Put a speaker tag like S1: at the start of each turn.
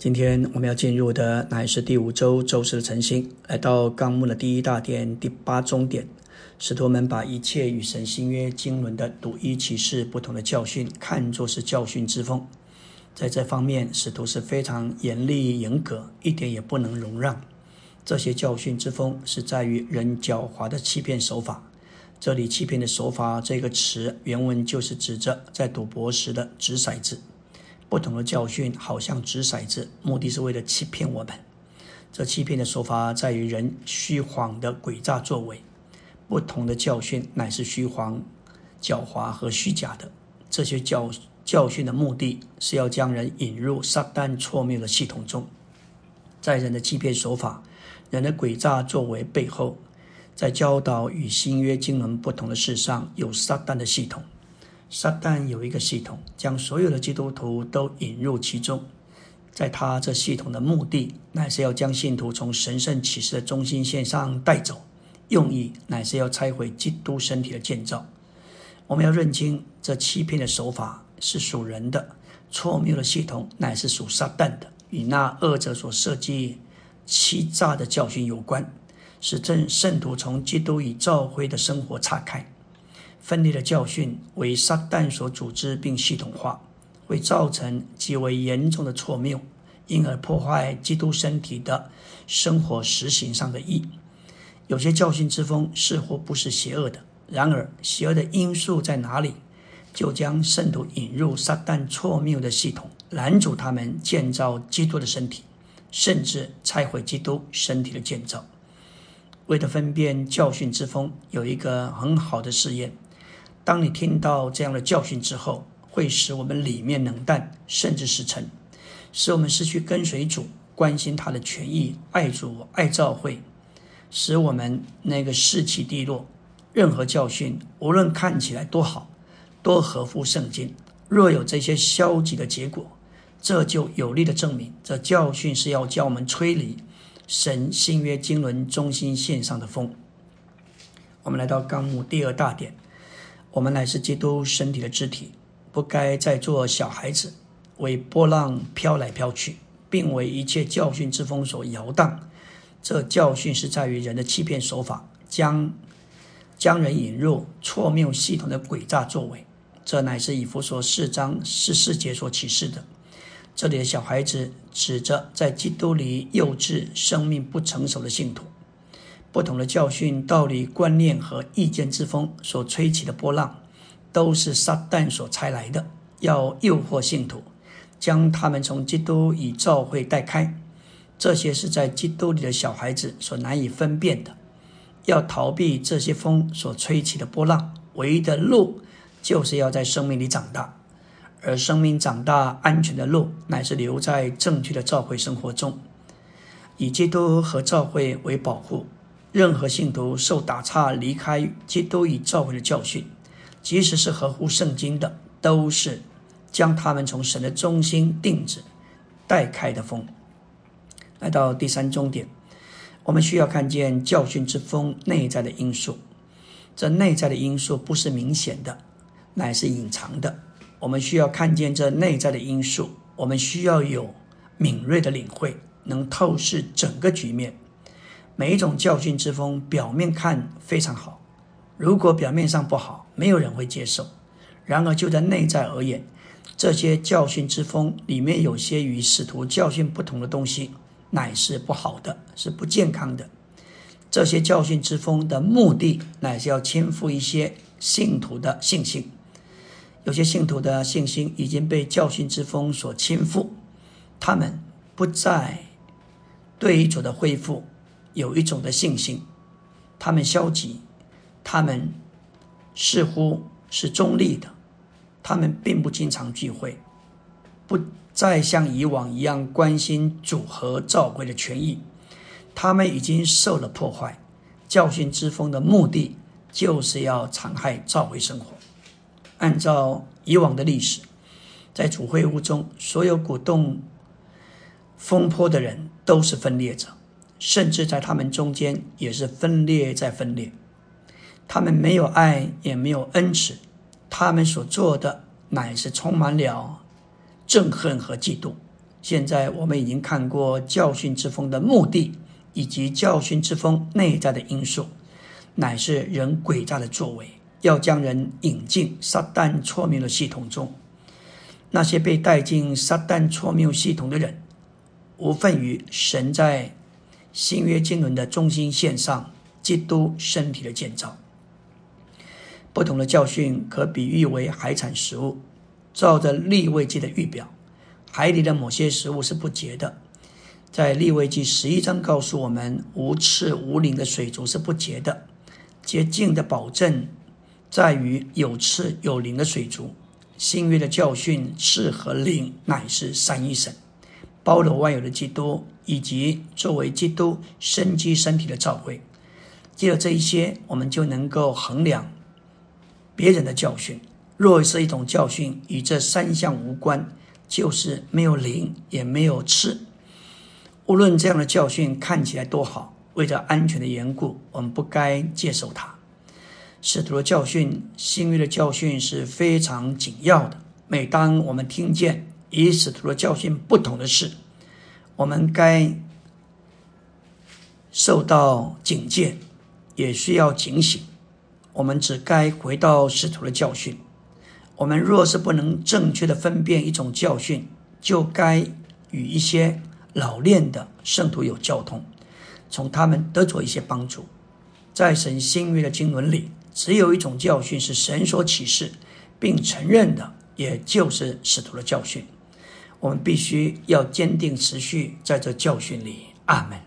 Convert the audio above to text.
S1: 今天我们要进入的乃是第5周周四的晨星，来到纲目的第1大点第8中点。使徒们把一切与神新约经纶的独一启示不同的教训看作是教训之风，在这方面使徒是非常严厉严格，一点也不能容让。这些教训之风是在于人狡猾的欺骗手法。这里欺骗的手法这个词原文就是指着在赌博时的掷骰子。不同的教训好像掷骰子，目的是为了欺骗我们。这欺骗的手法在于人虚谎的诡诈作为。不同的教训乃是虚谎、狡猾和虚假的。这些教训的目的是要将人引入撒旦错谬的系统中。在人的欺骗手法、人的诡诈作为背后，在教导与新约经纶不同的事上，有撒旦的系统。撒旦有一个系统，将所有的基督徒都引入其中。在他这系统的目的，乃是要将信徒从神圣启示的中心线上带走，用意乃是要拆毁基督身体的建造。我们要认清这欺骗的手法是属人的，错谬的系统乃是属撒旦的，与那恶者所设计欺诈的教训有关，使圣徒从基督与教会的生活岔开。分裂的教训为撒旦所组织并系统化，会造成极为严重的错谬，因而破坏基督身体的生活实行上的义。有些教训之风似乎不是邪恶的，然而邪恶的因素在哪里，就将圣徒引入撒旦错谬的系统，拦阻他们建造基督的身体，甚至拆毁基督身体的建造。为了分辨教训之风，有一个很好的试验。当你听到这样的教训之后，会使我们里面冷淡，甚至死沉，使我们失去跟随主、关心他的权益、爱主、爱教会，使我们那个士气低落。任何教训，无论看起来多好，多合乎圣经，若有这些消极的结果，这就有力的证明，这教训是要叫我们吹离神新约经纶中心线上的风。我们来到纲目第2大点。我们乃是基督身体的肢体，不该再做小孩子，为波浪飘来飘去，并为一切教训之风所摇荡。这教训是在于人的欺骗手法，将人引入错谬系统的诡诈作为。这乃是以弗所4章14节所启示的。这里的小孩子指着在基督里幼稚、生命不成熟的信徒。不同的教训、道理、观念和意见之风所吹起的波浪，都是撒旦所差来的，要诱惑信徒，将他们从基督与教会带开。这些是在基督里的小孩子所难以分辨的。要逃避这些风所吹起的波浪，唯一的路就是要在生命里长大。而生命长大安全的路，乃是留在正确的教会生活中，以基督和教会为保护。任何信徒受打岔离开基督与教会的教训，即使是合乎圣经的，都是将他们从神的中心定旨带开的风。来到第3中点，我们需要看见教训之风内在的因素。这内在的因素不是明显的，乃是隐藏的。我们需要看见这内在的因素，我们需要有敏锐的领会，能透视整个局面。每一种教训之风表面看非常好，如果表面上不好，没有人会接受。然而就在内在而言，这些教训之风里面有些与使徒教训不同的东西，乃是不好的，是不健康的。这些教训之风的目的乃是要倾覆一些信徒的信心。有些信徒的信心已经被教训之风所倾覆，他们不再对主的恢复有一种的信心，他们消极，他们似乎是中立的，他们并不经常聚会，不再像以往一样关心主和教会的权益，他们已经受了破坏。教训之风的目的就是要残害教会生活。按照以往的历史，在主会屋中，所有鼓动风波的人都是分裂者，甚至在他们中间也是分裂再分裂。他们没有爱，也没有恩慈，他们所做的乃是充满了憎恨和嫉妒。 现在我们已经看过教训之风的目的，以及教训之风内在的因素，乃是人诡诈的作为，要将人引进撒旦错谬的系统中。那些被带进撒旦错谬系统的人，无份于神在新约经纶的中心线上基督身体的建造。不同的教训可比喻为海产食物，照着利未记的预表，海里的某些食物是不洁的。在利未记11章告诉我们，无刺无鳞的水族是不洁的。洁净的保证在于有刺有鳞的水族。新约的教训，刺和鳞乃是三一神，包罗万有的基督，以及作为基督生机身体的教会。借着这一些，我们就能够衡量别人的教训。若是一种教训与这三项无关，就是没有鳞也没有刺，无论这样的教训看起来多好，为着安全的缘故，我们不该接受它。使徒的教训，新约的教训是非常紧要的。每当我们听见与使徒的教训不同的事，我们该受到警戒，也需要警醒。我们只该回到使徒的教训。我们若是不能正确的分辨一种教训，就该与一些老练的圣徒有交通，从他们得着一些帮助。在神新约的经纶里，只有一种教训是神所启示并承认的，也就是使徒的教训。我们必须要坚定持续在这教训里。阿们。